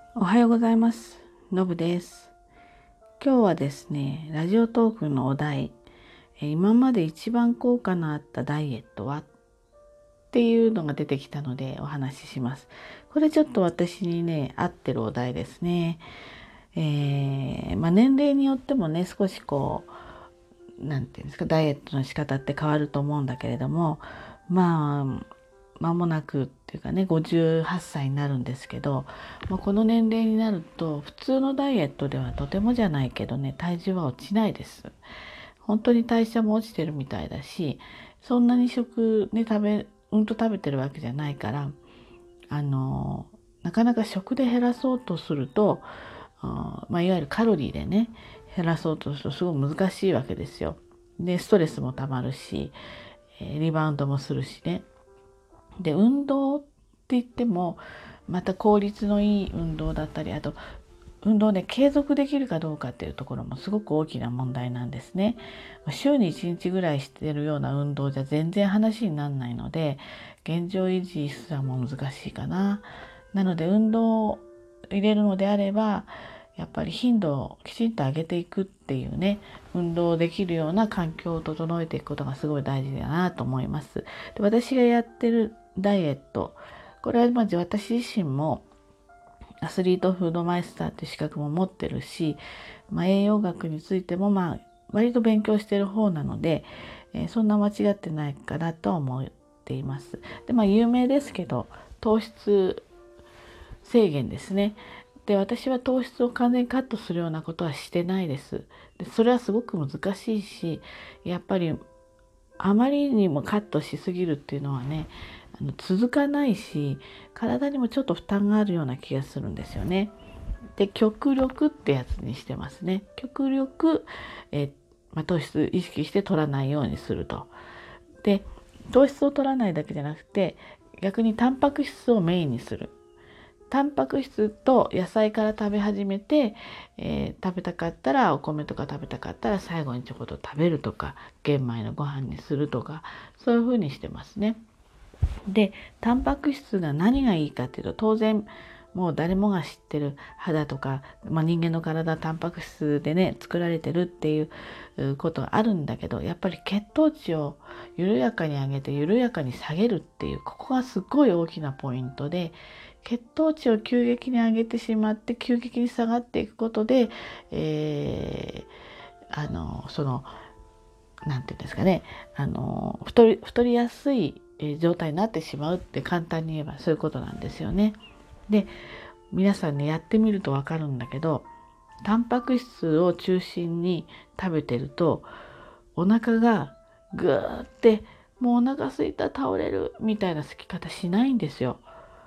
おはようございます。のぶです。今日はですね、ラジオトークのお題、今まで一番効果のあったダイエットはっていうのが出てきたのでお話しします。これちょっと私にね、合ってるお題ですね。年齢によってもね、少しなんていうんですか、ダイエットの仕方って変わると思うんだけれども、間もなくっていうかね、58歳になるんですけど、この年齢になると普通のダイエットではとてもじゃないけどね、体重は落ちないです。本当に代謝も落ちてるみたいだし、そんなに食べてるわけじゃないから、あのなかなか食で減らそうとすると、いわゆるカロリーでね減らそうとするとすごい難しいわけですよ。でストレスもたまるし、リバウンドもするしね。で運動って言ってもまた効率のいい運動だったり、あと運動で継続できるかどうかっていうところもすごく大きな問題なんですね。週に1日ぐらいしてるような運動じゃ全然話にならないので、現状維持すらも難しいかな。なので運動を入れるのであれば、やっぱり頻度をきちんと上げていくっていうね、運動できるような環境を整えていくことがすごい大事だなと思います。で、私がやってるダイエット、これは私自身もアスリートフードマイスターっていう資格も持ってるし、栄養学についても割と勉強してる方なので、そんな間違ってないかなとは思っています。で、有名ですけど糖質制限ですね。で、私は糖質を完全にカットするようなことはしてないです。で、それはすごく難しいし、やっぱりあまりにもカットしすぎるっていうのはね、続かないし、体にもちょっと負担があるような気がするんですよね。で、極力ってやつにしてますね。極力、糖質意識して取らないようにすると。で、糖質を取らないだけじゃなくて、逆にタンパク質をメインにする。タンパク質と野菜から食べ始めて、食べたかったらお米とか食べたかったら最後にちょこっと食べるとか、玄米のご飯にするとか、そういうふうにしてますね。で、タンパク質が何がいいかっていうと、当然もう誰もが知ってる肌とか、人間の体はタンパク質でね作られてるっていうことがあるんだけど、やっぱり血糖値を緩やかに上げて緩やかに下げるっていう、ここがすっごい大きなポイントで、血糖値を急激に上げてしまって急激に下がっていくことで、そのなんていうんですかね、太りやすい状態になってしまうって簡単に言えばそういうことなんですよね。で、皆さんねやってみるとわかるんだけど、タンパク質を中心に食べてるとお腹がぐーってもうお腹すいた倒れるみたいな空き方しないんですよ。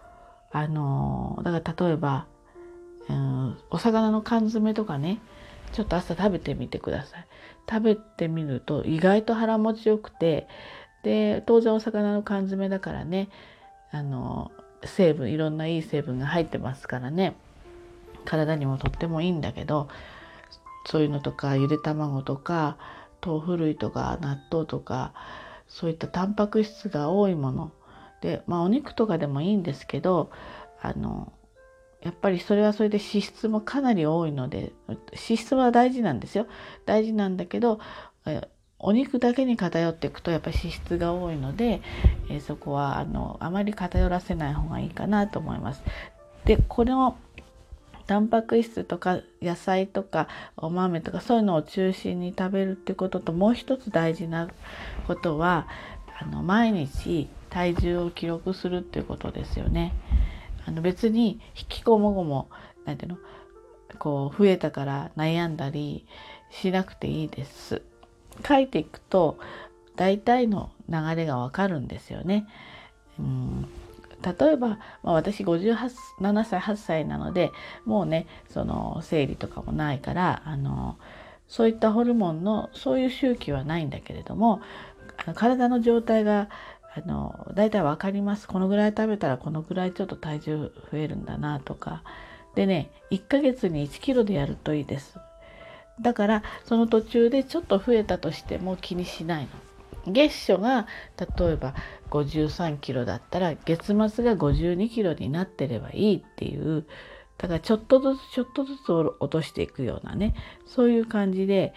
だから例えば、お魚の缶詰とかね、ちょっと朝食べてみてください。食べてみると意外と腹持ちよくて、で当然お魚の缶詰だからね、いろんないい成分が入ってますからね、体にもとってもいいんだけど、そういうのとかゆで卵とか豆腐類とか納豆とか、そういったタンパク質が多いもので、お肉とかでもいいんですけど、やっぱりそれはそれで脂質もかなり多いので、脂質は大事なんですよ。大事なんだけど、お肉だけに偏っていくとやっぱり脂質が多いので、そこはあまり偏らせない方がいいかなと思います。で、このタンパク質とか野菜とかお豆とかそういうのを中心に食べるってことと、もう一つ大事なことは毎日体重を記録するっていうことですよね。別に引きこもごもなんていうの増えたから悩んだりしなくていいです。書いていくと大体の流れがわかるんですよね。例えば、私57歳8歳なので、もうねその生理とかもないから、そういったホルモンのそういう周期はないんだけれども、体の状態がだいたい分かります。このぐらい食べたらこのぐらいちょっと体重増えるんだなとかでね、1ヶ月に1キロでやるといいです。だからその途中でちょっと増えたとしても気にしないの。月初が例えば53キロだったら月末が52キロになってればいいっていうだからちょっとずつちょっとずつ落としていくようなね、そういう感じで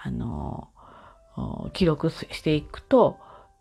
記録していくと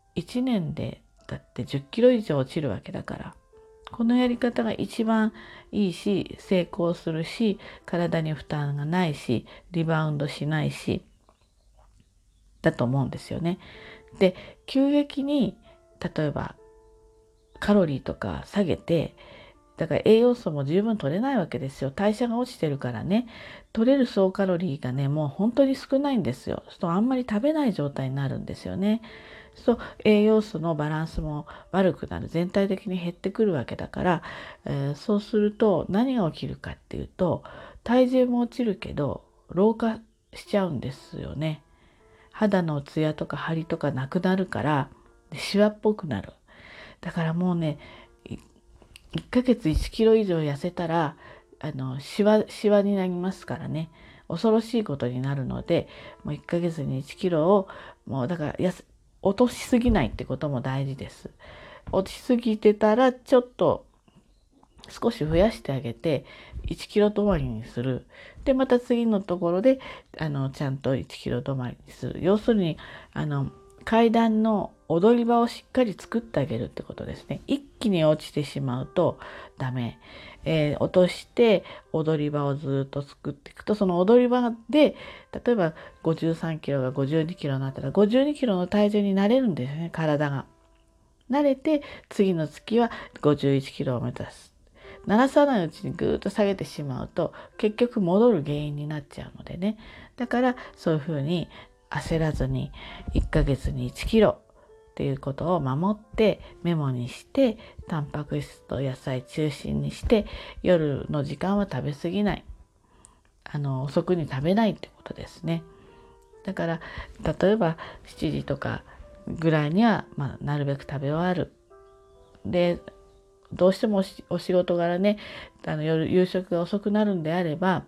1年でだって10キロ以上落ちるわけだから、このやり方が一番いいし、成功するし、体に負担がないし、リバウンドしないしだと思うんですよね。で、急激に例えばカロリーとか下げて、だから栄養素も十分取れないわけですよ。代謝が落ちてるからね。取れる総カロリーがね、もう本当に少ないんですよ。そうあんまり食べない状態になるんですよね。そう栄養素のバランスも悪くなる。全体的に減ってくるわけだから、そうすると何が起きるかっていうと、体重も落ちるけど老化しちゃうんですよね。肌のツヤとか張りとかなくなるから、シワっぽくなる。だからもうね、1ヶ月1キロ以上痩せたらシワになりますからね、恐ろしいことになるので、もう1ヶ月に1キロをもうだから落としすぎないってことも大事です。落ちすぎてたらちょっと少し増やしてあげて1キロ止まりにする。でまた次のところでちゃんと1キロ止まりにする。要するに階段の踊り場をしっかり作ってあげるってことですね。一気に落ちてしまうとダメ。落として踊り場をずっと作っていくと、その踊り場で例えば53キロが52キロになったら52キロの体重になれるんですね、体が。慣れて次の月は51キロを目指す。鳴らさないうちにぐーっと下げてしまうと結局戻る原因になっちゃうのでね。だからそういうふうに焦らずに1ヶ月に1キロっていうことを守ってメモにして、タンパク質と野菜中心にして、夜の時間は食べ過ぎない、遅くに食べないってことですね。だから例えば7時とかぐらいには、なるべく食べ終わる。でどうしてもお仕事柄ね、夕食が遅くなるんであれば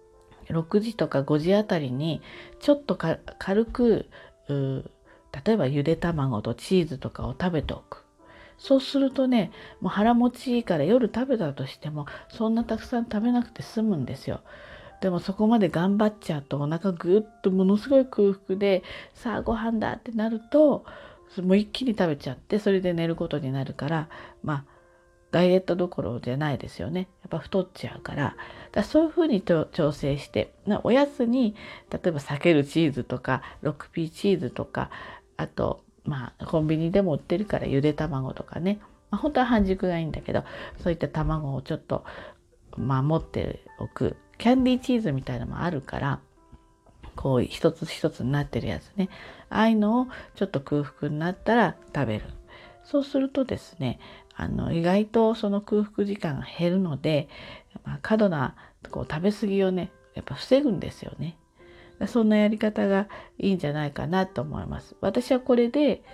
6時とか5時あたりにちょっと軽く例えばゆで卵とチーズとかを食べておく。そうするとね、もう腹持ちいいから夜食べたとしてもそんなたくさん食べなくて済むんですよ。でもそこまで頑張っちゃうとお腹ぐっとものすごい空腹で、さあご飯だってなるともう一気に食べちゃって、それで寝ることになるから、ダイエットどころじゃないですよね。やっぱ太っちゃうから。そういうふうに調整して、おやつに例えば避けるチーズとか 6P チーズとか、あとコンビニでも売ってるからゆで卵とかね、本当は半熟がいいんだけど、そういった卵をちょっと持っておく。キャンディーチーズみたいなのもあるから、こう一つ一つになってるやつね、ああいうのをちょっと空腹になったら食べる。そうするとですね、意外とその空腹時間が減るので、過度な食べ過ぎをねやっぱ防ぐんですよね。そんなやり方がいいんじゃないかなと思います。私はこれで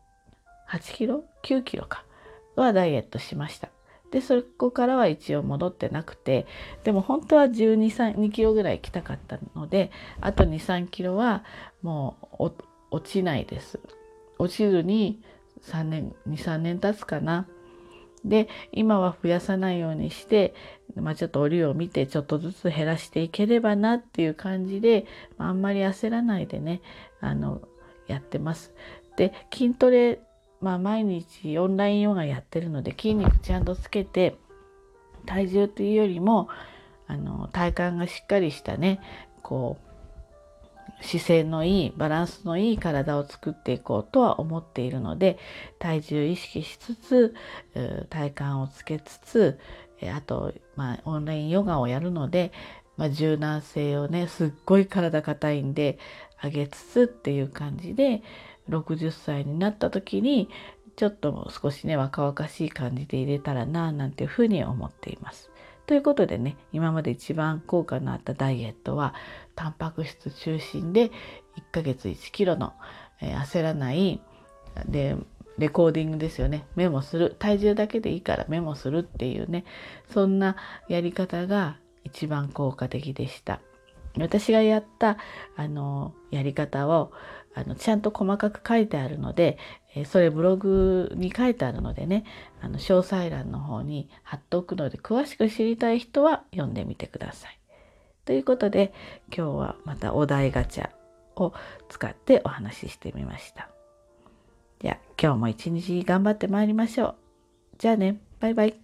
8キロ9キロかはダイエットしました。でそこからは一応戻ってなくて、でも本当は2キロぐらい行きたかったので、あと2、3キロはもう落ちないです。落ちずに2、3年経つかな。で今は増やさないようにして、ちょっと折を見てちょっとずつ減らしていければなっていう感じで、あんまり焦らないでねやってます。で筋トレ、毎日オンラインヨガやってるので筋肉ちゃんとつけて、体重というよりも体幹がしっかりしたね、こう姿勢のいいバランスのいい体を作っていこうとは思っているので、体重意識しつつ体幹をつけつつ、あと、オンラインヨガをやるので、柔軟性をねすっごい体硬いんで上げつつっていう感じで、60歳になった時にちょっと少しね若々しい感じで入れたらななんていうふうに思っています。ということでね、今まで一番効果のあったダイエットはタンパク質中心で1ヶ月1キロの、焦らないでレコーディングですよね。メモする。体重だけでいいからメモするっていうね、そんなやり方が一番効果的でした。私がやったやり方をちゃんと細かく書いてあるので、それブログに書いてあるのでね、詳細欄の方に貼っておくので、詳しく知りたい人は読んでみてください。ということで、今日はまたお題ガチャを使ってお話ししてみました。じゃあ今日も一日頑張ってまいりましょう。じゃあね、バイバイ。